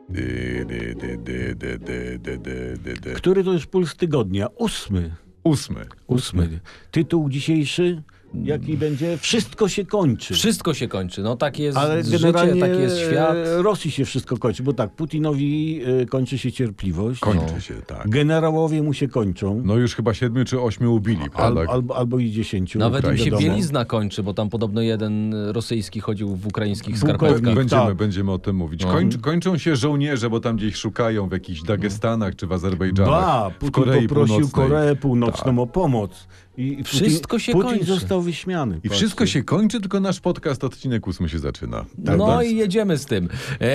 Który to już puls tygodnia? 8. 8. Tytuł dzisiejszy, jaki będzie? Wszystko się kończy. Wszystko się kończy. No tak jest Ale życie, generalnie tak jest świat. Rosji się wszystko kończy, bo tak, Putinowi kończy się cierpliwość. Kończy się, tak. Generałowie mu się kończą. No już chyba 7 czy 8 ubili, prawda? Albo i 10. Nawet mi się wiadomo. bielizna kończy, bo tam podobno jeden rosyjski chodził w ukraińskich Pułkownik. skarpetkach. Będziemy o tym mówić. No. Kończą się żołnierze, bo tam gdzieś szukają w jakichś Dagestanach czy w Azerbejdżanach. Ba, w Putin Korei poprosił Północnej. Koreę Północną o pomoc. I Wszystko się Putin kończy. został wyśmiany. I wszystko się kończy, tylko nasz podcast, odcinek 8 się zaczyna. No i jedziemy z tym.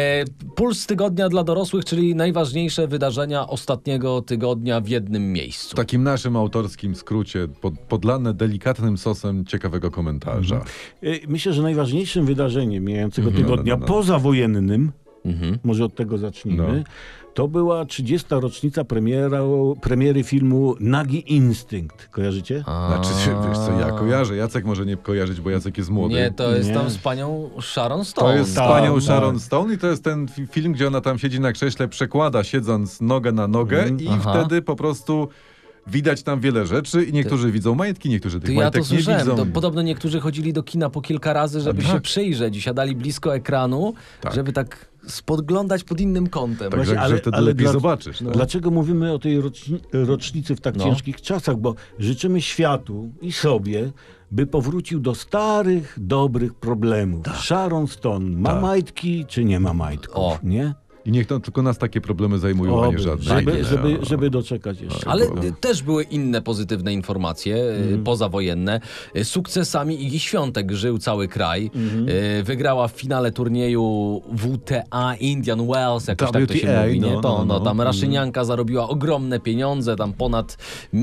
Puls tygodnia dla dorosłych, czyli najważniejsze wydarzenia ostatniego tygodnia w jednym miejscu. W takim naszym autorskim skrócie, podlane delikatnym sosem ciekawego komentarza. Myślę, że najważniejszym wydarzeniem mijającego tygodnia pozawojennym, Mhm. może od tego zacznijmy, to była 30. rocznica premiery filmu Nagi Instynkt. Kojarzycie? Znaczy, wiesz co, ja kojarzę. Jacek może nie kojarzyć, bo Jacek jest młody. Nie, to jest Nie. tam z panią Sharon Stone. To jest z Tak, panią tak. Sharon Stone i to jest ten film, gdzie ona tam siedzi na krześle, przekłada siedząc nogę na nogę i Aha. wtedy po prostu widać tam wiele rzeczy i niektórzy widzą majtki, niektórzy tych Ty, ja to majtek nie słyszałem. widzą. To podobno niektórzy chodzili do kina po kilka razy, żeby się przyjrzeć i siadali blisko ekranu, żeby tak spoglądać pod innym kątem. Także Właśnie, ale- wtedy ale lepiej dla- zobaczysz. No. Dlaczego mówimy o tej rocznicy w tak ciężkich czasach? Bo życzymy światu i sobie, by powrócił do starych, dobrych problemów. Sharon Stone ma majtki, czy nie ma majtków? O. Nie? I niech to tylko nas takie problemy zajmują, a nie żadne. Żeby doczekać jeszcze. Ale też były inne pozytywne informacje pozawojenne. Sukcesami Igi Świątek żył cały kraj. Wygrała w finale turnieju WTA Indian Wells, jakoś tak to się WTA, mówi. Nie? Tam no. Raszynianka zarobiła ogromne pieniądze, tam ponad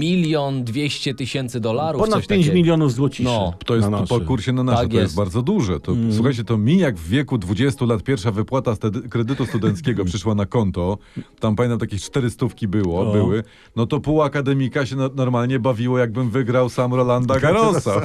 $1 200 000. Ponad coś 5 takiego. milionów złotych. No, To jest po kursie na nasze, Tak to jest jest. bardzo duże. To, Słuchajcie, to mi jak w wieku 20 lat pierwsza wypłata z kredytu studenckiego przyszła na konto, tam pamiętam takieś 400 były, no to pół akademika się normalnie bawiło, jakbym wygrał sam Rolanda Garrosa.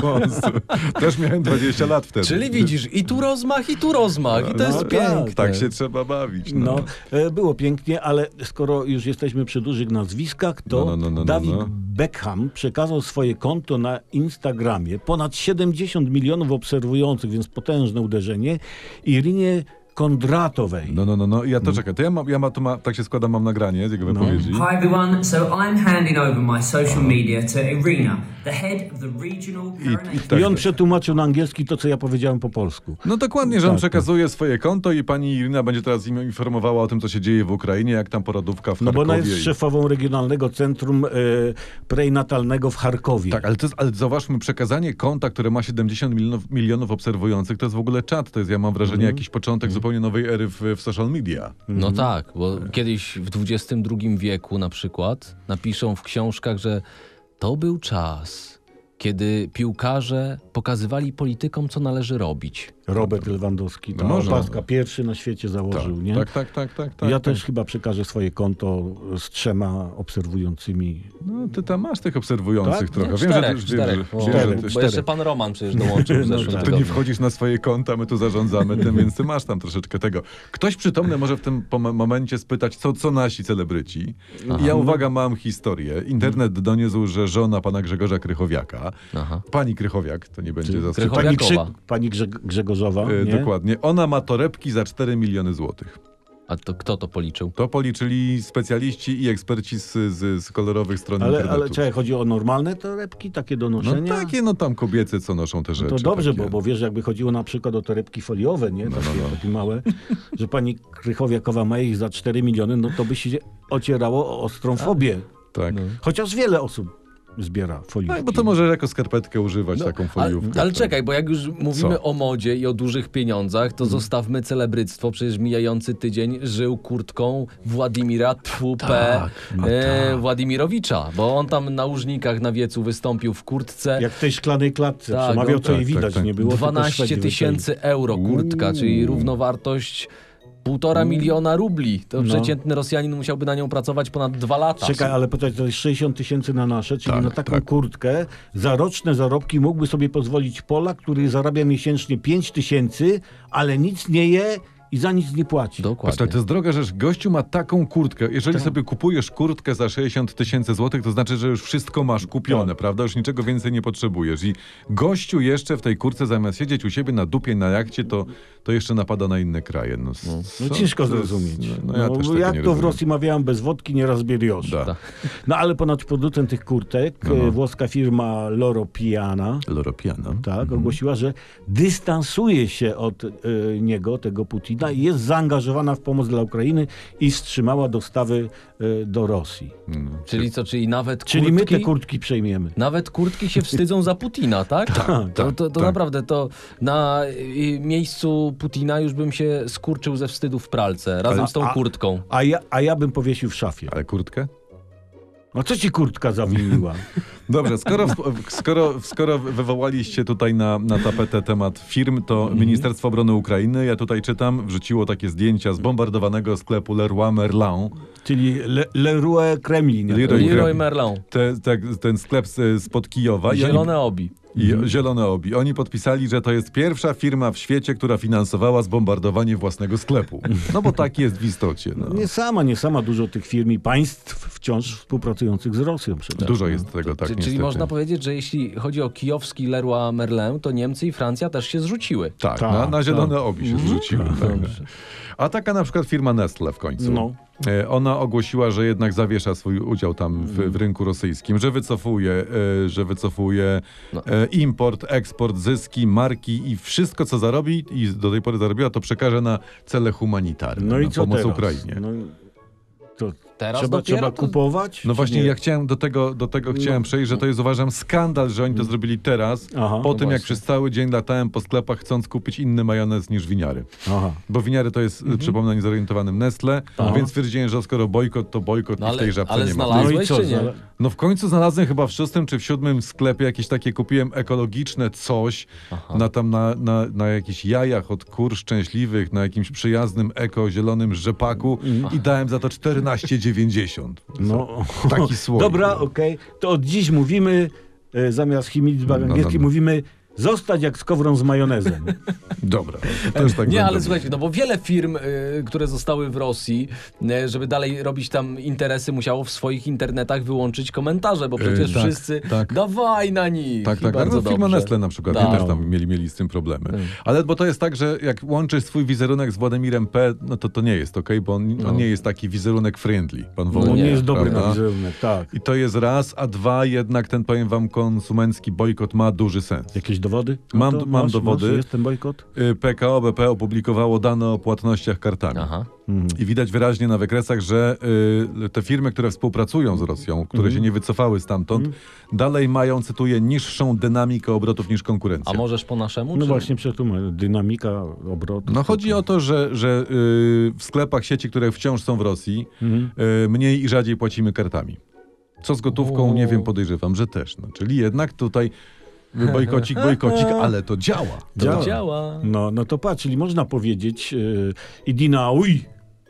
Też miałem 20 lat wtedy. Czyli widzisz, i tu rozmach, i tu rozmach. I to jest piękne. Tak się trzeba bawić. No, było pięknie, ale skoro już jesteśmy przy dużych nazwiskach, to David Beckham przekazał swoje konto na Instagramie. Ponad 70 milionów obserwujących, więc potężne uderzenie. Irinie Kondratowej. No. Ja to czekaj, to tak się składa, mam nagranie z jego wypowiedzi. Hi everyone, so I'm handing over my social media to Irina, the head of the regional coronation. I on przetłumaczył na angielski to, co ja powiedziałem po polsku. No dokładnie, że on przekazuje swoje konto i pani Irina będzie teraz im informowała o tym, co się dzieje w Ukrainie, jak tam porodówka w No bo Charkowie. ona jest szefową Regionalnego Centrum Prenatalnego w Charkowie. Tak, ale zauważmy, przekazanie konta, które ma 70 milionów obserwujących, to jest w ogóle czat. To jest, ja mam wrażenie, jakiś początek zupełnie nowej ery w social media. No tak, bo kiedyś w XXI wieku na przykład napiszą w książkach, że to był czas, kiedy piłkarze pokazywali politykom, co należy robić. Robert Lewandowski, ta może. opaska pierwszy na świecie założył, nie? Tak. Ja też chyba przekażę swoje konto z 3 obserwującymi. No, ty tam masz tych obserwujących Tak? trochę. Nie, Wiem, czterech. że Bo jeszcze pan Roman przecież dołączył w zeszłym ty nie tygodniu. wchodzisz na swoje konta, my tu zarządzamy tym, więc ty masz tam troszeczkę tego. Ktoś przytomny może w tym momencie spytać, co nasi celebryci. Ja, uwaga, mam historię. Internet doniósł, że żona pana Grzegorza Krychowiaka, pani Krychowiak, to nie będzie zastrzeżenie. Pani Grzegorzowa, nie? Dokładnie. Ona ma torebki za 4 miliony złotych. A to kto to policzył? To policzyli specjaliści i eksperci z kolorowych stron internetu. Ale czekaj, chodzi o normalne torebki, takie do No noszenia? takie, tam kobiece, co noszą te rzeczy. To dobrze, takie. bo wiesz, jakby chodziło na przykład o torebki foliowe, nie? Takie małe, że pani Krychowiakowa ma ich za 4 miliony, no to by się ocierało o ostrą fobię. Tak. Chociaż wiele osób zbiera foliówki. Tak, bo to może jako skarpetkę używać, taką foliówkę. Ale czekaj, bo jak już mówimy o modzie i o dużych pieniądzach, to zostawmy celebryctwo. Przecież mijający tydzień żył kurtką Władimira Władimirowicza, bo on tam na Łużnikach na Wiecu wystąpił w kurtce. Jak w tej szklanej klatce. Tak, Przemawiał, co tak, jej widać, tak. nie było. 12 000 euro kurtka, czyli równowartość 1,5 miliona rubli. To przeciętny Rosjanin musiałby na nią pracować ponad 2 lata. Czekaj, ale poczekaj, to jest 60 000 na nasze, czyli na taką kurtkę za roczne zarobki mógłby sobie pozwolić Polak, który zarabia miesięcznie 5 000, ale nic nie je i za nic nie płaci. Dokładnie. To jest droga rzecz. Gościu ma taką kurtkę. Jeżeli sobie kupujesz kurtkę za 60 000 złotych, to znaczy, że już wszystko masz kupione, prawda? Już niczego więcej nie potrzebujesz. I gościu jeszcze w tej kurtce, zamiast siedzieć u siebie na dupie, na jachcie, to jeszcze napada na inne kraje. No ciężko zrozumieć. Ja też tego jak nie to w rozumiem. Rosji mawiałem, bez wodki nie rozbieriosz. Da. No ale ponad producent tych kurtek, włoska firma Loro Piana, Loro Piana. tak, ogłosiła, że dystansuje się od niego, tego Putina, i jest zaangażowana w pomoc dla Ukrainy i wstrzymała dostawy do Rosji. Czyli co, czyli nawet Czyli kurtki, my te kurtki przejmiemy. nawet kurtki się wstydzą za Putina, tak? To naprawdę, to na miejscu Putina już bym się skurczył ze wstydu w pralce, razem z tą kurtką. A ja bym powiesił w szafie. Ale kurtkę? A co ci kurtka zawiniła? Dobrze, skoro wywołaliście tutaj na tapetę temat firm, to Ministerstwo Obrony Ukrainy, ja tutaj czytam, wrzuciło takie zdjęcia zbombardowanego sklepu Leroy Merlin. Czyli Leroy Kremlin. Leroy Merlin. Ten sklep spod Kijowa. Zielone obi. I zielone obi. Oni podpisali, że to jest pierwsza firma w świecie, która finansowała zbombardowanie własnego sklepu. No bo tak jest w istocie. No. Nie sama. Dużo tych firm i państw wciąż współpracujących z Rosją. Przecież. Dużo jest tego, tak, Czyli niestety. można powiedzieć, że jeśli chodzi o kijowski Leroy Merlin, to Niemcy i Francja też się zrzuciły. Tak, na zielone obi się zrzuciły. Tak. A taka na przykład firma Nestle w końcu. No. Ona ogłosiła, że jednak zawiesza swój udział tam w rynku rosyjskim, że wycofuje import, eksport, zyski, marki i wszystko, co zarobi i do tej pory zarobiła, to przekaże na cele humanitarne, No i na co pomoc teraz? Ukrainie. No, to Teraz trzeba dopiero to- kupować? No czy właśnie, nie? ja chciałem do tego chciałem przejść, że to jest, uważam, skandal, że oni to zrobili teraz, Aha. po No tym jak właśnie. przez cały dzień latałem po sklepach, chcąc kupić inny majonez niż winiary. Aha. Bo winiary to jest, przypomnę, niezorientowanym Nestle, więc stwierdziłem, że skoro bojkot, to bojkot i w tej żabce ale nie ma. znalazłeś No i co, czy nie? No w końcu znalazłem chyba w 6. czy w 7. sklepie jakieś takie, kupiłem ekologiczne coś na jakichś jajach od kur szczęśliwych, na jakimś przyjaznym zielonym rzepaku i dałem za to 14,90. No. Taki słoik. Dobra, okej. To od dziś mówimy, zamiast chimilizba angielski, mówimy zostać jak skowron z majonezem. Dobra, też tak Nie, będę ale słuchajcie, no bo wiele firm, które zostały w Rosji, żeby dalej robić tam interesy, musiało w swoich internetach wyłączyć komentarze, bo przecież tak, wszyscy tak. dawaj na nich. Tak, I tak. bardzo No, firma dobrze. Nestle na przykład Tak. też tam mieli z tym problemy. Ale bo to jest tak, że jak łączysz swój wizerunek z Władimirem P., no to nie jest okej, bo on nie jest taki wizerunek friendly. Pan No nie jest dobry prawda? na wizerunek, tak. I to jest raz, a dwa, jednak ten, powiem wam, konsumencki bojkot ma duży sens. Jakieś dowody? Mam- No to mam dowody. Jest ten bojkot? PKO BP opublikowało dane o płatnościach kartami. Aha. I widać wyraźnie na wykresach, że te firmy, które współpracują z Rosją, które się nie wycofały stamtąd, dalej mają, cytuję, niższą dynamikę obrotów niż konkurencja. A możesz po naszemu? No czy... właśnie, przetłumaczę. Dynamika obrotu. No chodzi o to, że w sklepach sieci, które wciąż są w Rosji, mniej i rzadziej płacimy kartami. Co z gotówką, nie wiem, podejrzewam, że też. No, czyli jednak tutaj bojkocik, ale to działa. To działa. No to patrz, czyli można powiedzieć Idina uj,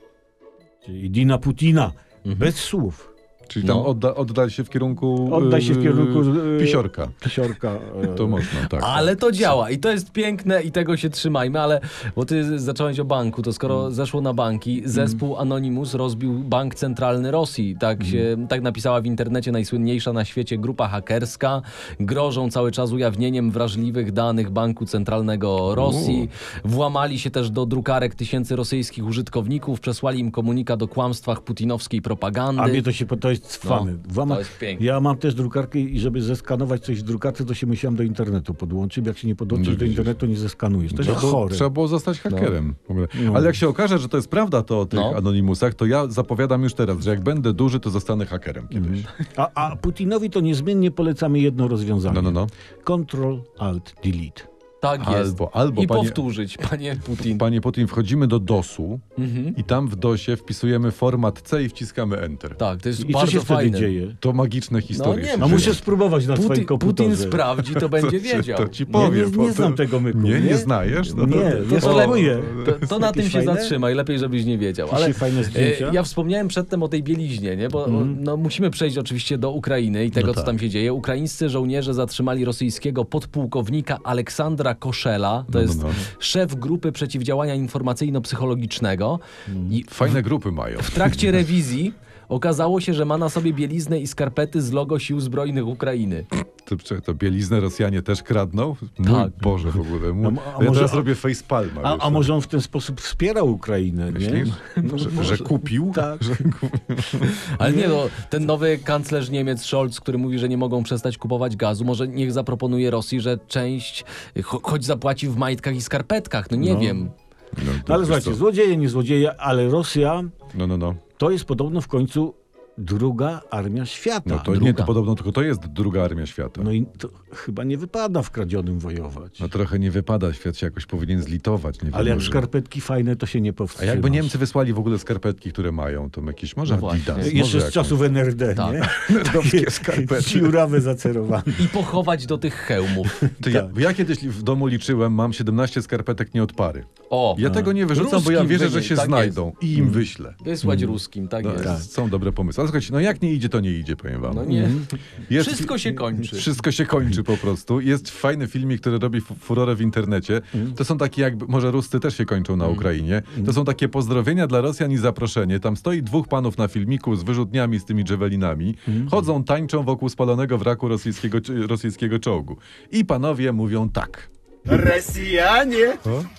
czyli Idina Putina, bez słów. Czyli tam No. oddaj się w kierunku Oddaj się w kierunku pisiorka. Pisiorka. To można, tak. Ale to działa i to jest piękne i tego się trzymajmy, ale bo ty zacząłeś o banku, to skoro zeszło na banki, zespół Anonymous rozbił bank centralny Rosji. Tak napisała w internecie najsłynniejsza na świecie grupa hakerska. Grożą cały czas ujawnieniem wrażliwych danych banku centralnego Rosji. Włamali się też do drukarek tysięcy rosyjskich użytkowników, przesłali im komunikat o kłamstwach putinowskiej propagandy. A mnie to jest cwany. to jest piękne. Ja mam też drukarkę i żeby zeskanować coś w drukarce, to się musiałem do internetu podłączyć. Jak się nie podłączysz do widzisz. internetu, nie zeskanujesz. To jest chore. Trzeba było zostać hakerem. W ogóle. Ale jak się okaże, że to jest prawda to o tych Anonymousach, to ja zapowiadam już teraz, że jak będę duży, to zostanę hakerem kiedyś. A Putinowi to niezmiennie polecamy jedno rozwiązanie. No. Ctrl, Alt, Delete. Tak jest. Albo, I panie- powtórzyć, panie Putin. Panie Putin, wchodzimy do DOS-u i tam w DOSie wpisujemy format C i wciskamy Enter. Tak, to jest I co bardzo się wtedy fajne. dzieje? To magiczne historie. nie się wiem. A dzieją. muszę spróbować na swoim Putin komputerze. sprawdzi, to będzie wiedział. To ci powiem. nie znam tego myku. Nie znajesz? No Nie, to- ja to spróbuję. To na tym Jakieś się fajne? zatrzymaj, lepiej żebyś nie wiedział. Jakieś Ale fajne zdjęcia? ja wspomniałem przedtem o tej bieliźnie, nie? Bo no, musimy przejść oczywiście do Ukrainy i tego, co tam się dzieje. Ukraińscy żołnierze zatrzymali rosyjskiego podpułkownika Aleksandra Aleksandra Koszela. To jest szef grupy przeciwdziałania informacyjno-psychologicznego. I Fajne grupy mają. w trakcie rewizji okazało się, że ma na sobie bieliznę i skarpety z logo Sił Zbrojnych Ukrainy. To bieliznę Rosjanie też kradną? Mój Tak. Boże, w ogóle. a Ja może- teraz robię facepalma. A może on w ten sposób wspiera Ukrainę, nie? Myślisz? Że kupił? Tak. Ale nie, no, ten nowy kanclerz Niemiec Scholz, który mówi, że nie mogą przestać kupować gazu, może niech zaproponuje Rosji, że część choć zapłaci w majtkach i skarpetkach, no nie wiem. Ale wiesz słuchajcie, co? złodzieje, nie złodzieje, ale Rosja No. to jest podobno w końcu druga armia świata. No to nie, to podobno tylko to jest druga armia świata. No i to chyba nie wypada w kradzionym wojować. No trochę nie wypada, świat się jakoś powinien zlitować. Nie Ale wiem, jak że- szkarpetki fajne, to się nie A powstrzymasz. jakby Niemcy wysłali w ogóle skarpetki, które mają, to jakieś może No właśnie. Adidas, Jeszcze może z czasów NRD, Tak. nie? Takie skarpety. Dziurawe, zacerowane. I pochować do tych hełmów. To ja kiedyś w domu liczyłem, mam 17 skarpetek nie od pary. O, Ja tego nie wyrzucam, bo ja Ruskim wierzę, że wynieś, się tak znajdą i im wyślę. wysłać ruskim, tak No, jest. Są dobre pomysły. Ale słuchajcie, no jak nie idzie, to nie idzie, powiem wam. No nie. Jest- Wszystko się kończy. Wszystko się kończy po prostu. Jest fajny filmik, który robi furorę w internecie. To są takie jakby, może Ruscy też się kończą na Ukrainie. To są takie pozdrowienia dla Rosjan i zaproszenie. Tam stoi dwóch panów na filmiku z wyrzutniami, z tymi dżewelinami. Chodzą, tańczą wokół spalonego wraku rosyjskiego czołgu. I panowie mówią tak. Россияне,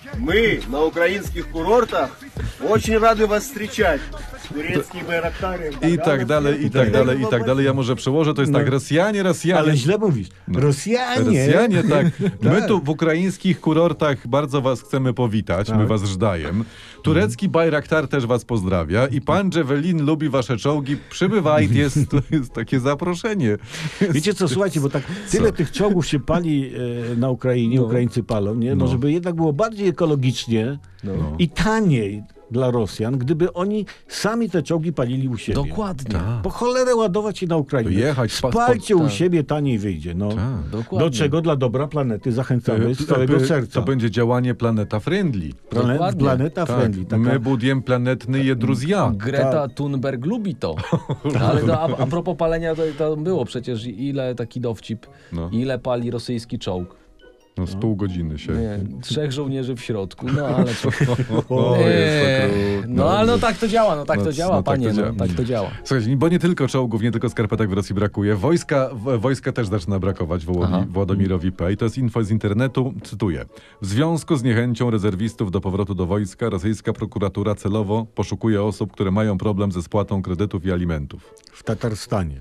мы на украинских курортах очень рады вас встречать. Турецкие байрактары. I tak dalej, i tak dalej, i tak dalej. Ja może przełożę, to jest tak, Rosjanie. Ale źle mówisz. Rosjanie. Rosjanie, tak. My tu w ukraińskich kurortach bardzo was chcemy powitać, my was żdajem. Turecki Bayraktar też was pozdrawia i pan Dżewelin lubi wasze czołgi. Przybywaj, to jest takie zaproszenie. Wiecie co, słuchajcie, bo tak tyle tych czołgów się pali na Ukrainie, Ukraińcy palą, nie? Może by jednak było bardziej ekologicznie i taniej dla Rosjan, gdyby oni sami te czołgi palili u siebie. Dokładnie. Po cholerę ładować się na Ukrainę. Jechać, Spalcie u tak. siebie, taniej wyjdzie. No. Dokładnie. Do czego dla dobra planety zachęcamy z całego serca. To będzie działanie planeta friendly. Dokładnie. Planeta Tak. friendly. Taka... My budiem planetny jedruzja. Greta Thunberg lubi to. Ale a propos palenia, to było przecież ile taki dowcip, No. ile pali rosyjski czołg. No z pół godziny się. Nie, 3 żołnierzy w środku, no ale to... O, jest to okrutne. No ale no tak to działa, No, tak to panie, działa. tak to działa. Słuchajcie, bo nie tylko czołgów, nie tylko skarpetek w Rosji brakuje. Wojska też zaczyna brakować Wołodimirowi P. I to jest info z internetu, cytuję. W związku z niechęcią rezerwistów do powrotu do wojska, rosyjska prokuratura celowo poszukuje osób, które mają problem ze spłatą kredytów i alimentów. W Tatarstanie.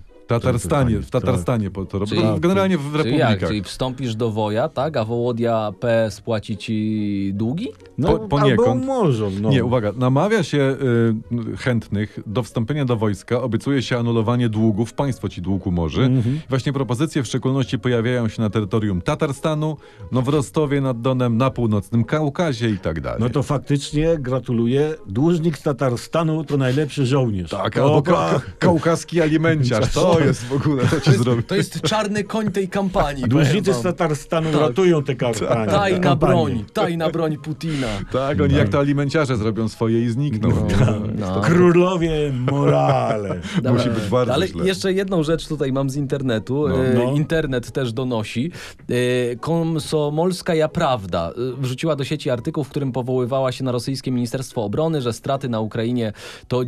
W Tatarstanie to robią. Czyli- Generalnie w Czyli republikach. Czyli wstąpisz do woja, tak? A Wołodia P spłaci ci długi? No, Poniekąd. albo może. No. Nie, uwaga, namawia się chętnych do wstąpienia do wojska, obiecuje się anulowanie długów, państwo ci dług umorzy. Właśnie propozycje w szczególności pojawiają się na terytorium Tatarstanu, no w Rostowie nad Donem, na północnym Kaukazie i tak dalej. No to faktycznie gratuluję. Dłużnik z Tatarstanu to najlepszy żołnierz. tak, O, albo kaukaski alimenciarz, to jest w ogóle, to ci zrobi. To jest czarny koń tej kampanii. Dłużnicy powiem z wam. Tatarstanu ratują te kampanie. Tajna broń Putina. Tak, oni jak to alimenciarze zrobią swoje i znikną. No. Królowie morale. Musi być bardzo Ale źle. jeszcze jedną rzecz tutaj mam z internetu. No. Internet też donosi. Komsomolskaja Prawda wrzuciła do sieci artykuł, w którym powoływała się na rosyjskie Ministerstwo Obrony, że straty na Ukrainie to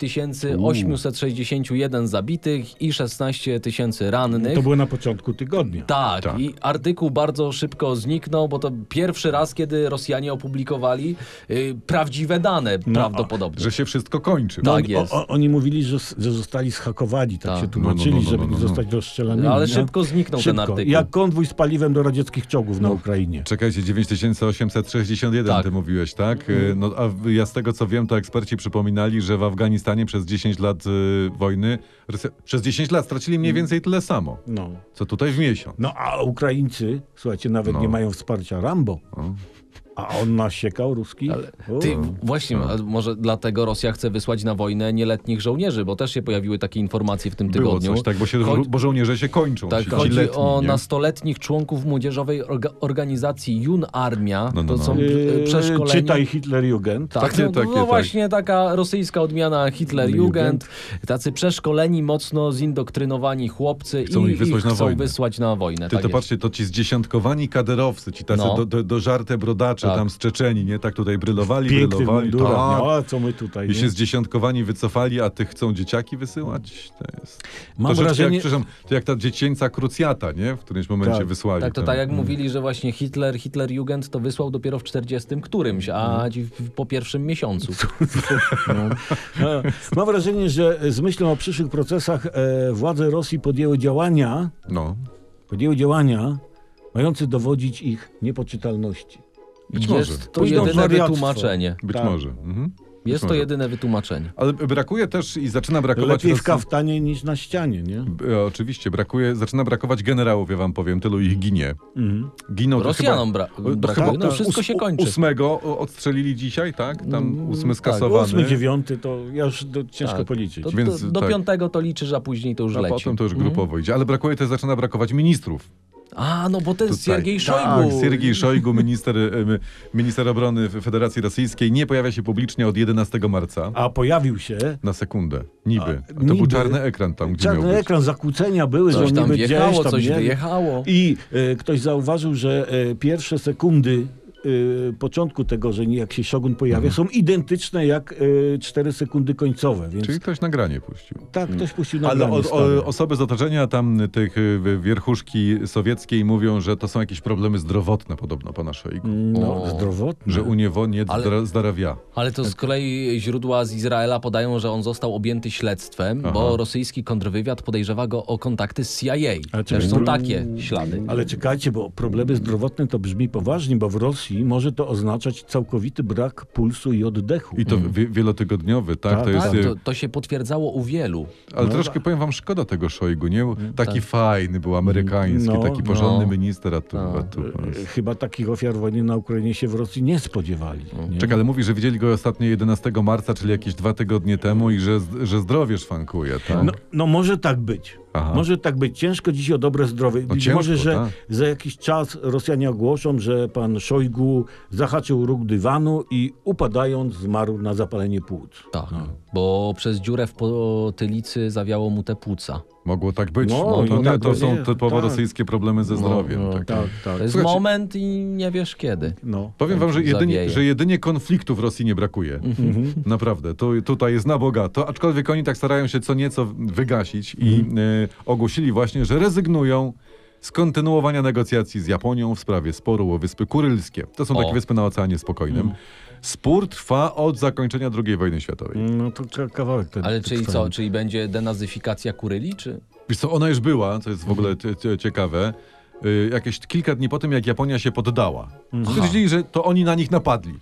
9861 zabitych i 16 000 rannych. To było na początku tygodnia. Tak, i artykuł bardzo szybko zniknął, bo to pierwszy raz, kiedy Rosjanie opublikowali prawdziwe dane prawdopodobnie. Że się wszystko kończy. Tak jest. Oni mówili, że zostali zhakowani, tak Tak. się tłumaczyli, No. żeby nie zostać rozstrzelanymi. Ale nie? szybko zniknął ten artykuł. Jak konwój z paliwem do radzieckich czołgów na Ukrainie. Czekajcie, 9861 Tak. ty mówiłeś, tak? No, a ja z tego co wiem, to eksperci przypominali, że w Afganistanie przez 10 lat wojny, przez 10 lat stracili mniej więcej tyle samo, No. co tutaj w miesiąc. No a Ukraińcy, słuchajcie, nawet nie mają wsparcia Rambo. A on nasiekał ruski? Właśnie, a może dlatego Rosja chce wysłać na wojnę nieletnich żołnierzy, bo też się pojawiły takie informacje w tym tygodniu. Było coś, tak, bo żołnierze się kończą. Tak, ci chodzi letni, o nie? nastoletnich członków młodzieżowej organizacji Jun Armia. No. To są przeszkoleni. Czytaj Hitlerjugend. Tak, Takie, no właśnie taka rosyjska odmiana Hitlerjugend. Tacy przeszkoleni, mocno zindoktrynowani chłopcy Chcą ich wysłać na chcą wojnę. wysłać na wojnę. Ty Tak to jest. patrzcie, to ci zdziesiątkowani kaderowcy, ci tacy No. dożarte brodacze Tak. tam z Czeczenii, nie? Tak tutaj brylowali. Piękny mundurach. Tak. No, a co my tutaj? I Nie? się zdziesiątkowani wycofali, a tych chcą dzieciaki wysyłać? To jest... Mam Troszeczkę wrażenie... to jak ta dziecięca krucjata, nie? W którymś momencie Tak. wysłali. Tak, to tam. tak jak mówili, że właśnie Hitlerjugend to wysłał dopiero w 40 którymś, a ci po pierwszym miesiącu. Mam wrażenie, że z myślą o przyszłych procesach władze Rosji podjęły działania mające dowodzić ich niepoczytalności. Być może. Jest to Pójdą w jedyne wariactwo. wytłumaczenie. Być Tak. może. Mhm. Być Jest to może. jedyne wytłumaczenie. Ale brakuje też i zaczyna brakować... Lepiej w kaftanie niż na ścianie, nie? Oczywiście, zaczyna brakować generałów, ja wam powiem, tylu ich ginie. Giną to Rosjanom chyba brakuje, no wszystko się kończy. 8 odstrzelili dzisiaj, tak? Tam 8 skasowany. 8, 9 to ja już ciężko Tak. policzyć. To, Więc do tak. 5 to liczysz, a później to już A leci. potem to już grupowo idzie. Ale zaczyna brakować ministrów. A, no bo ten Tutaj. Siergiej Tak, Szojgu. Siergiej Szojgu, minister obrony Federacji Rosyjskiej, nie pojawia się publicznie od 11 marca. A pojawił się... Na sekundę. Niby. A to niby. był czarny ekran tam, gdzie miał Czarny być. ekran, zakłócenia były, że Coś on tam niby wjechało, gdzieś tam, coś nie? wyjechało. I ktoś zauważył, że pierwsze sekundy początku tego, że jak się Szogun pojawia, są identyczne jak 4 sekundy końcowe. Więc Czyli ktoś nagranie puścił. tak, ktoś puścił Ale nagranie stare. osoby z otoczenia tam tych wierchuszki sowieckiej mówią, że to są jakieś problemy zdrowotne podobno pana Szojgu. No, O. zdrowotne. Że u niego nie Ale- zdarawia. Ale to z kolei źródła z Izraela podają, że on został objęty śledztwem, bo rosyjski kontrwywiad podejrzewa go o kontakty z CIA. Ale Też czekaj, są takie ślady. Ale czekajcie, bo problemy zdrowotne to brzmi poważnie, bo w Rosji może to oznaczać całkowity brak pulsu i oddechu. I to wielotygodniowy, tak? Tak, To jest, Tak, to się potwierdzało u wielu. ale troszkę powiem wam, szkoda tego Szojgu, nie? Taki tak. fajny był, amerykański, No, taki porządny no. minister, a tu... Chyba takich ofiar wojny na Ukrainie się w Rosji nie spodziewali. Nie? Czekaj, ale mówi, że widzieli go ostatnio 11 marca, czyli jakieś 2 tygodnie temu i że zdrowie szwankuje, tak? No może tak być. Aha. Może tak być. Ciężko dziś o dobre zdrowie. Być ciężko, może, że tak. za jakiś czas Rosjanie ogłoszą, że pan Szojgu zahaczył róg dywanu i upadając zmarł na zapalenie płuc. Tak, bo przez dziurę w potylicy zawiało mu te płuca. Mogło tak być. No, to i tak to są jest, typowo tak. rosyjskie problemy ze zdrowiem. tak. Tak, tak. To jest Słuchajcie- moment i nie wiesz kiedy. No. Powiem wam, Zawieje. że jedynie konfliktu w Rosji nie brakuje. Naprawdę. Tutaj jest na bogato, aczkolwiek oni tak starają się co nieco wygasić i ogłosili właśnie, że rezygnują z kontynuowania negocjacji z Japonią w sprawie sporu o Wyspy Kurylskie. To są O. takie wyspy na Oceanie Spokojnym. Spór trwa od zakończenia II wojny światowej. No to kawałek ten. Ale czyli trwa. co? Czyli będzie denazyfikacja Kuryli, czy? Wiesz co, ona już była, co jest w ogóle ciekawe, jakieś kilka dni po tym, jak Japonia się poddała. Stwierdzili, że to oni na nich napadli.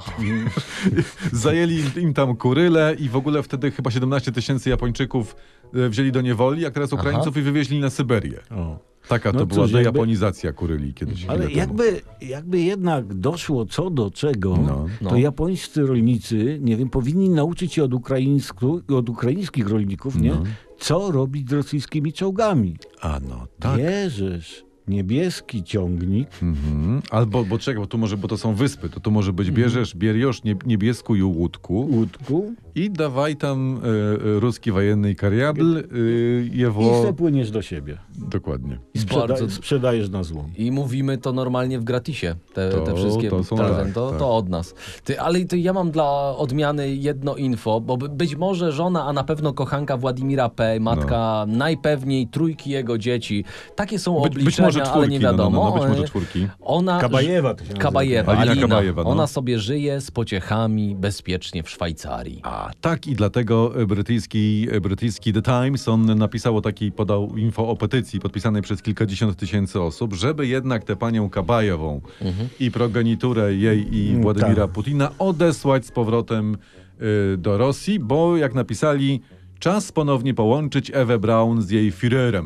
Zajęli im tam Kuryle i w ogóle wtedy chyba 17 000 Japończyków wzięli do niewoli, jak teraz Ukraińców i wywieźli na Syberię. O. Taka No to była cóż, jakby- dejaponizacja Kuryli kiedyś. Ale chwilę temu. jakby jednak doszło co do czego, No. to japońscy rolnicy, nie wiem, powinni nauczyć się od ukraińskich rolników, nie? Co robić z rosyjskimi czołgami. A no, tak. Bierzesz niebieski ciągnik, Albo, bo tu może, bo to są wyspy, to tu może być bierzesz niebieską łódku łódku i dawaj tam ruski wojenny kariabl, i jewo... se płyniesz do siebie. Dokładnie. I Bardzo- sprzedajesz na złom. I mówimy to normalnie w gratisie. Te To wszystkie są prezenty, tak, to, tak. to od nas. Ale ja mam dla odmiany jedno info, bo być może żona, a na pewno kochanka Władimira P., matka najpewniej trójki jego dzieci. Takie są Być obliczenia, może czwórki, ale nie wiadomo. być może czwórki. Ona, Kabajewa to się nazywa. Kabajewa, Alina Alina. Kabajewa, no. Ona sobie żyje z pociechami bezpiecznie w Szwajcarii. A tak i dlatego brytyjski The Times, on napisał podał info o petycji podpisanej przez kilkadziesiąt tysięcy osób, żeby jednak tę panią Kabajewą i progeniturę jej i Władimira Putina odesłać z powrotem do Rosji, bo jak napisali, czas ponownie połączyć Ewę Braun z jej Führerem.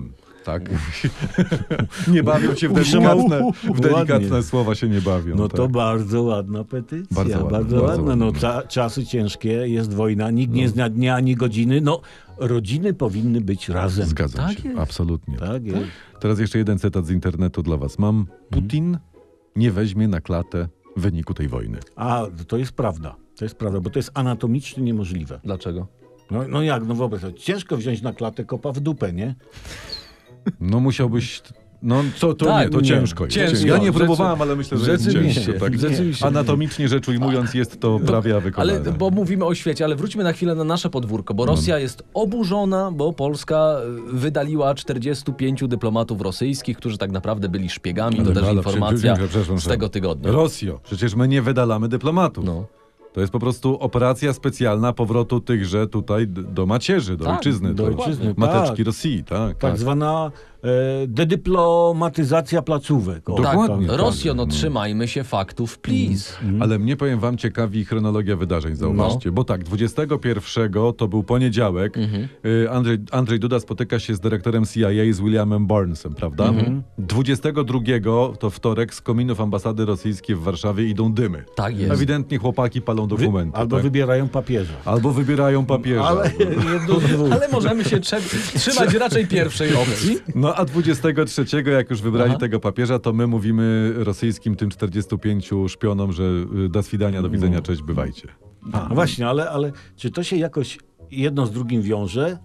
Tak. Nie bawią się w delikatne słowa się nie bawią. No tak. to bardzo ładna petycja. Bardzo ładna. No, czasy ciężkie, jest wojna, nikt nie zna dnia ani godziny. No, rodziny powinny być razem. Zgadzam Tak się, jest. absolutnie. Tak jest. Teraz jeszcze jeden cytat z internetu dla was. Putin nie weźmie na klatę wyniku tej wojny. A, to jest prawda. To jest prawda, bo to jest anatomicznie niemożliwe. Dlaczego? No jak, no wyobraź sobie, ciężko wziąć na klatę kopa w dupę, nie? No musiałbyś... No to Tak, nie, to nie. ciężko jest. Ciężko. Ja nie próbowałem, ale myślę, że jest Rzeczywiście. ciężko. Tak. Rzeczywiście. Anatomicznie rzecz ujmując jest to prawie wykonane. Ale, bo mówimy o świecie, ale wróćmy na chwilę na nasze podwórko, bo Rosja jest oburzona, bo Polska wydaliła 45 dyplomatów rosyjskich, którzy tak naprawdę byli szpiegami. To też informacja z tego tygodnia. Rosjo, przecież my nie wydalamy dyplomatów. No. To jest po prostu operacja specjalna powrotu tychże tutaj do macierzy, do Tak, ojczyzny. do ojczyzny, mateczki tak. Rosji, tak. Tak zwana dedyplomatyzacja placówek. O, Dokładnie. Tak, tak. Rosjo, no trzymajmy się faktów, please. Ale mnie, powiem wam, ciekawi chronologia wydarzeń, zauważcie. Bo tak, 21 to był poniedziałek, Andrzej Duda spotyka się z dyrektorem CIA, z Williamem Barnesem, prawda? 22 to wtorek, z kominów ambasady rosyjskiej w Warszawie idą dymy. Tak jest. Ewidentnie chłopaki palą dokumenty. Albo tak? wybierają papieża. Albo wybierają papieża. Ale jedno z dwóch. Ale możemy się trzymać raczej pierwszej opcji. No a 23, jak już wybrali tego papieża, to my mówimy rosyjskim tym 45 szpionom, że do swidania, do widzenia, cześć, bywajcie. No właśnie, ale czy to się jakoś jedno z drugim wiąże?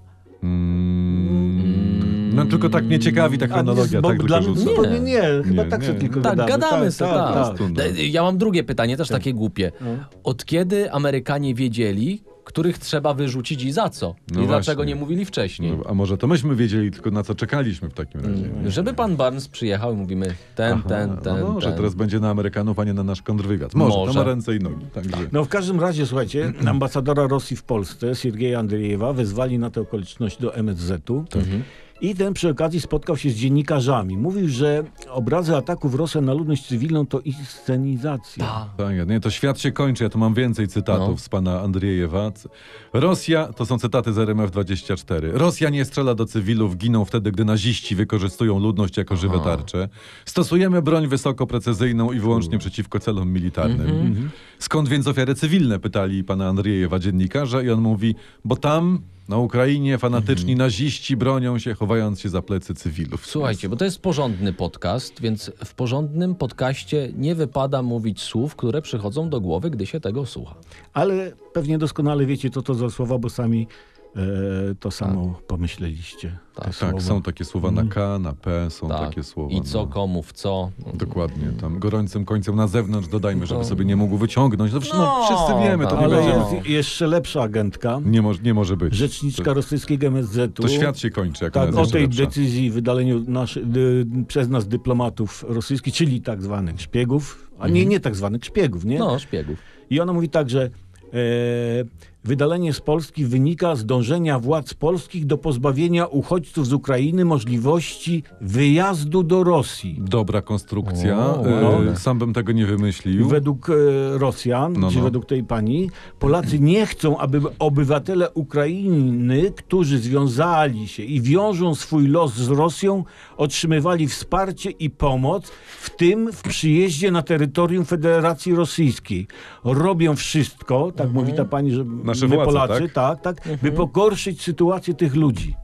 No tylko tak mnie ciekawi ta chronologia, bo tak dla tylko mnie rzucam. zupełnie nie. Chyba Nie, tak nie. sobie tylko Tak, gadamy sobie, tak. No. Ja mam drugie pytanie, też takie głupie. Od kiedy Amerykanie wiedzieli, których trzeba wyrzucić i za co? I No dlaczego właśnie. nie mówili wcześniej? No, a może to myśmy wiedzieli, tylko na co czekaliśmy w takim razie. Żeby pan Barnes przyjechał i mówimy ten. No, że teraz będzie na Amerykanów, a nie na nasz kontrwywiad. Może. To ma ręce i nogi. Także. No w każdym razie, słuchajcie, ambasadora Rosji w Polsce, Siergieja Andriejewa, wezwali na tę okoliczność do MSZ-u. I ten przy okazji spotkał się z dziennikarzami. Mówił, że obrazy ataków Rosji na ludność cywilną to inscenizacja. Tak, nie, to świat się kończy. Ja tu mam więcej cytatów z pana Andriejewa. Rosja, to są cytaty z RMF24. Rosja nie strzela do cywilów, giną wtedy, gdy naziści wykorzystują ludność jako żywe tarcze. Stosujemy broń wysokoprecyzyjną i wyłącznie przeciwko celom militarnym. Skąd więc ofiary cywilne? Pytali pana Andriejewa dziennikarze i on mówi, bo tam na Ukrainie fanatyczni naziści bronią się, chowając się za plecy cywilów. Słuchajcie, bo to jest porządny podcast, więc w porządnym podcaście nie wypada mówić słów, które przychodzą do głowy, gdy się tego słucha. Ale pewnie doskonale wiecie, co to za słowa, bo sami to samo pomyśleliście. te Tak, słowa. są takie słowa na K, na P, są takie słowa. I co, komu, w co. Dokładnie, tam gorącym końcem na zewnątrz dodajmy, żeby sobie nie mógł wyciągnąć. No, wszyscy wiemy, to nie Ale będzie. jest jeszcze lepsza agentka, Nie może być. rzeczniczka rosyjskiego MSZ-u. To świat się kończy, jak Tak, ona o jest tej lepsza. decyzji wydaleniu przez nas dyplomatów rosyjskich, czyli tak zwanych szpiegów, a nie tak zwanych szpiegów, nie? No, szpiegów. I ona mówi tak, że wydalenie z Polski wynika z dążenia władz polskich do pozbawienia uchodźców z Ukrainy możliwości wyjazdu do Rosji. Dobra konstrukcja. wow. Sam bym tego nie wymyślił. Według Rosjan, No, czy no. według tej pani, Polacy nie chcą, aby obywatele Ukrainy, którzy związali się i wiążą swój los z Rosją, otrzymywali wsparcie i pomoc, w tym w przyjeździe na terytorium Federacji Rosyjskiej. Robią wszystko, tak mówi ta pani, że Nasze my władze, Polacy, tak? by pogorszyć sytuację tych ludzi.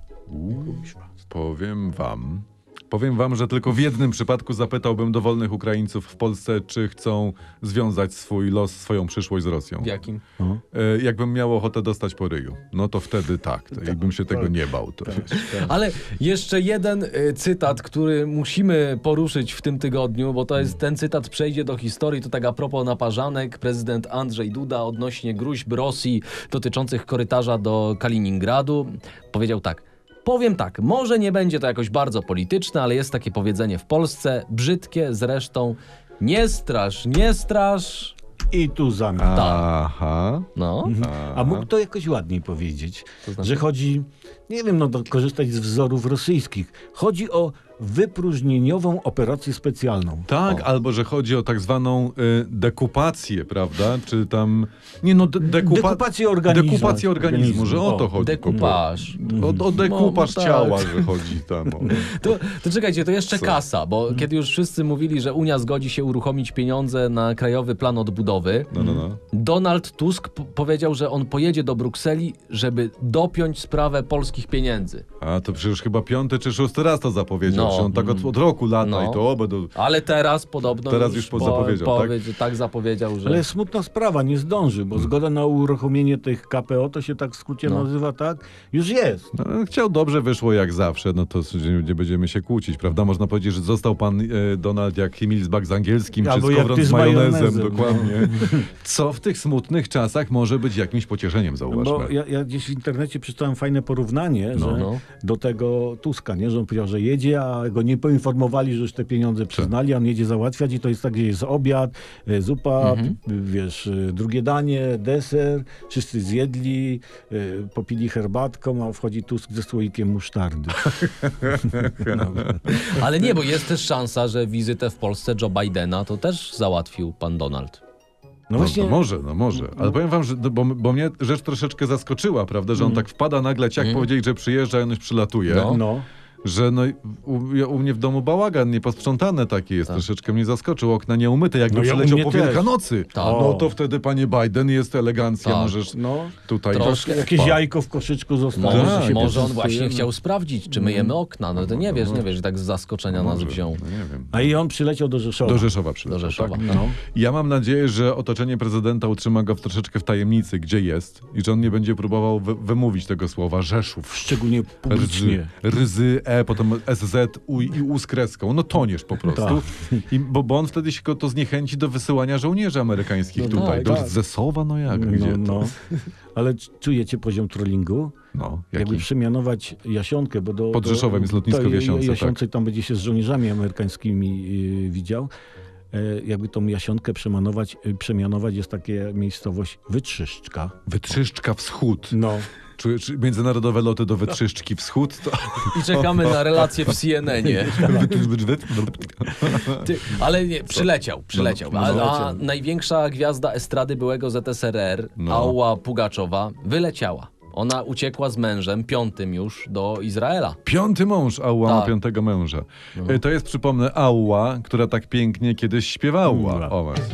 Powiem wam, że tylko w jednym przypadku zapytałbym dowolnych Ukraińców w Polsce, czy chcą związać swój los, swoją przyszłość z Rosją. W jakim? Jakbym miał ochotę dostać po ryju, no to wtedy tak. I bym się tego nie bał. To wiesz. Ale jeszcze jeden cytat, który musimy poruszyć w tym tygodniu, bo to jest ten cytat przejdzie do historii, to tak a propos naparzanek, prezydent Andrzej Duda odnośnie gróźb Rosji dotyczących korytarza do Kaliningradu powiedział tak: powiem tak, może nie będzie to jakoś bardzo polityczne, ale jest takie powiedzenie w Polsce, brzydkie zresztą, nie strasz. I tu zamiast. Aha. No. A mógł to jakoś ładniej powiedzieć, To znaczy? że chodzi, nie wiem, korzystać z wzorów rosyjskich. Chodzi o wypróżnieniową operację specjalną. Tak, albo że chodzi o tak zwaną dekupację, prawda? Czy tam... Nie no, Dekupację organizmu. Dekupację organizmu, że o to chodzi. Dekupaż. O dekupaż No, tak. ciała, że chodzi tam. O. To czekajcie, to jeszcze kasa, bo kiedy już wszyscy mówili, że Unia zgodzi się uruchomić pieniądze na Krajowy Plan Odbudowy, No. Donald Tusk powiedział, że on pojedzie do Brukseli, żeby dopiąć sprawę polskich pieniędzy. A to przecież chyba 5. czy 6. raz to zapowiedział. No. Że on tak od roku lata No. i to będą... Ale teraz podobno Teraz już zapowiedział, tak? tak zapowiedział, że... Ale smutna sprawa, nie zdąży, bo zgoda na uruchomienie tych KPO, to się tak w skrócie nazywa, tak? Już jest. No, chciał dobrze, wyszło jak zawsze, no to nie będziemy się kłócić, prawda? Można powiedzieć, że został pan Donald jak Himmelsbach z angielskim, czy Albo jak skowron ty z z majonezem, majonezem. dokładnie. Co w tych smutnych czasach może być jakimś pocieszeniem, zauważmy. Bo ja gdzieś w internecie przeczytałem fajne porównanie, że no. do tego Tuska, nie? Że on powiedział, że jedzie, a go nie poinformowali, że już te pieniądze przyznali, a on jedzie załatwiać i to jest tak, gdzie jest obiad, zupa, wiesz, drugie danie, deser, wszyscy zjedli, popili herbatką, a wchodzi Tusk ze słoikiem musztardy. Ale nie, bo jest też szansa, że wizytę w Polsce Joe Bidena to też załatwił pan Donald. No właśnie, No może. Ale powiem wam, że, bo mnie rzecz troszeczkę zaskoczyła, prawda, że on tak wpada nagle, jak powiedzieli, że przyjeżdża i on już przylatuje. no. Że no, u mnie w domu bałagan nieposprzątane takie jest. Troszeczkę mnie zaskoczył. Okna nieumyte, jakby No ja u przyleciał mnie po też. Wielkanocy. Tak. No to wtedy, panie Biden, jest elegancja. Tak. Możesz No. tutaj... Troszkę. Jakieś jajko w koszyczku zostało. że Może, się może on przetestuje. właśnie chciał sprawdzić, czy myjemy okna. No to nie wiesz, że tak z zaskoczenia nas wziął. No nie wiem. A i on przyleciał do Rzeszowa. Do Rzeszowa przyleciał. Do Rzeszowa. Tak? No. Ja mam nadzieję, że otoczenie prezydenta utrzyma go troszeczkę w tajemnicy, gdzie jest i że on nie będzie próbował wymówić tego słowa Rzeszów. Szczególnie publicznie. Ryzy, potem SZ, U i U z kreską. No toniesz po prostu. Tak. Bo on wtedy się to zniechęci do wysyłania żołnierzy amerykańskich No tutaj. tak, Do tak. Zesowa, no jak? Gdzie to? No. Ale czujecie poziom trollingu? No, Jakby jaki? przemianować Jasionkę, bo Pod Rzeszowem jest lotnisko w Jasionce, Jasionce tam będzie się z żołnierzami amerykańskimi widział. Jakby tą Jasionkę przemianować jest takie miejscowość Wytrzyszczka. Wytrzyszczka Wschód. No. Czy międzynarodowe loty do Wytrzyszczki Wschód? To... I czekamy na relację w CNN-ie. Ale nie, przyleciał. A największa gwiazda estrady byłego ZSRR, Alla Pugaczowa, wyleciała. Ona uciekła z mężem, 5. już, do Izraela. 5. mąż Ała ma Tak. 5. męża. To jest, przypomnę, Ała, która tak pięknie kiedyś śpiewała. O właśnie.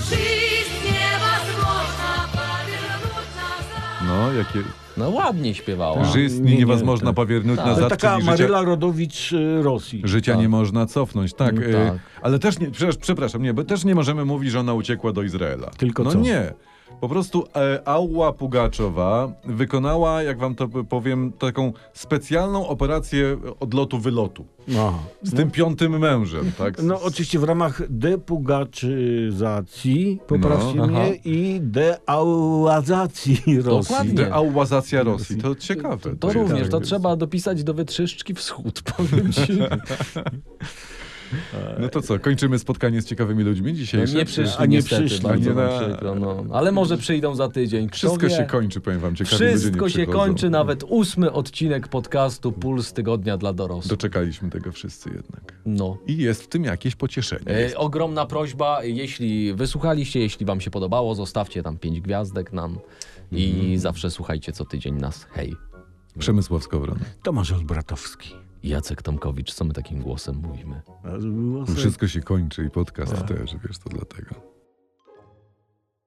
No, jakie... No ładnie śpiewała. Żyć Nie, niewozможna powiernić Tak. nazad, Ale taka czyli Maryla Rodowicz Rosji. życia Tak. nie można cofnąć. Tak, Tak. ale też nie, przepraszam, nie, bo też nie możemy mówić, że ona uciekła do Izraela. Tylko no co? nie. Po prostu Ała Pugaczowa wykonała, jak wam to powiem, taką specjalną operację odlotu-wylotu. Aha. Z tym 5. mężem, tak? No oczywiście w ramach depugaczyzacji, poprawcie No, aha. mnie, i deałazacji Rosji. Dokładnie. Deałazacja Rosji. To ciekawe. To jest. również, to Jest. trzeba dopisać do Wytrzyszczki Wschód, powiem ci. No to co, kończymy spotkanie z ciekawymi ludźmi dzisiaj? Nie przyszli, A nie niestety, przyszli. bardzo Nie nam na- przykro, no. Ale może przyjdą za tydzień. Kto Wszystko wie? się kończy, powiem wam. Ciekawi ludzie nie Wszystko się przychodzą. kończy, nawet 8. odcinek podcastu Puls Tygodnia dla dorosłych. Doczekaliśmy tego wszyscy jednak. No. I jest w tym jakieś pocieszenie. Jest. Ogromna prośba, jeśli wysłuchaliście, jeśli wam się podobało, zostawcie tam 5 gwiazdek nam i zawsze słuchajcie co tydzień nas. Hej. Przemysław Skowron. Tomasz Olbratowski. Jacek Tomkowicz, co my takim głosem mówimy? A to było Wszystko się kończy i podcast też, wiesz, to dlatego.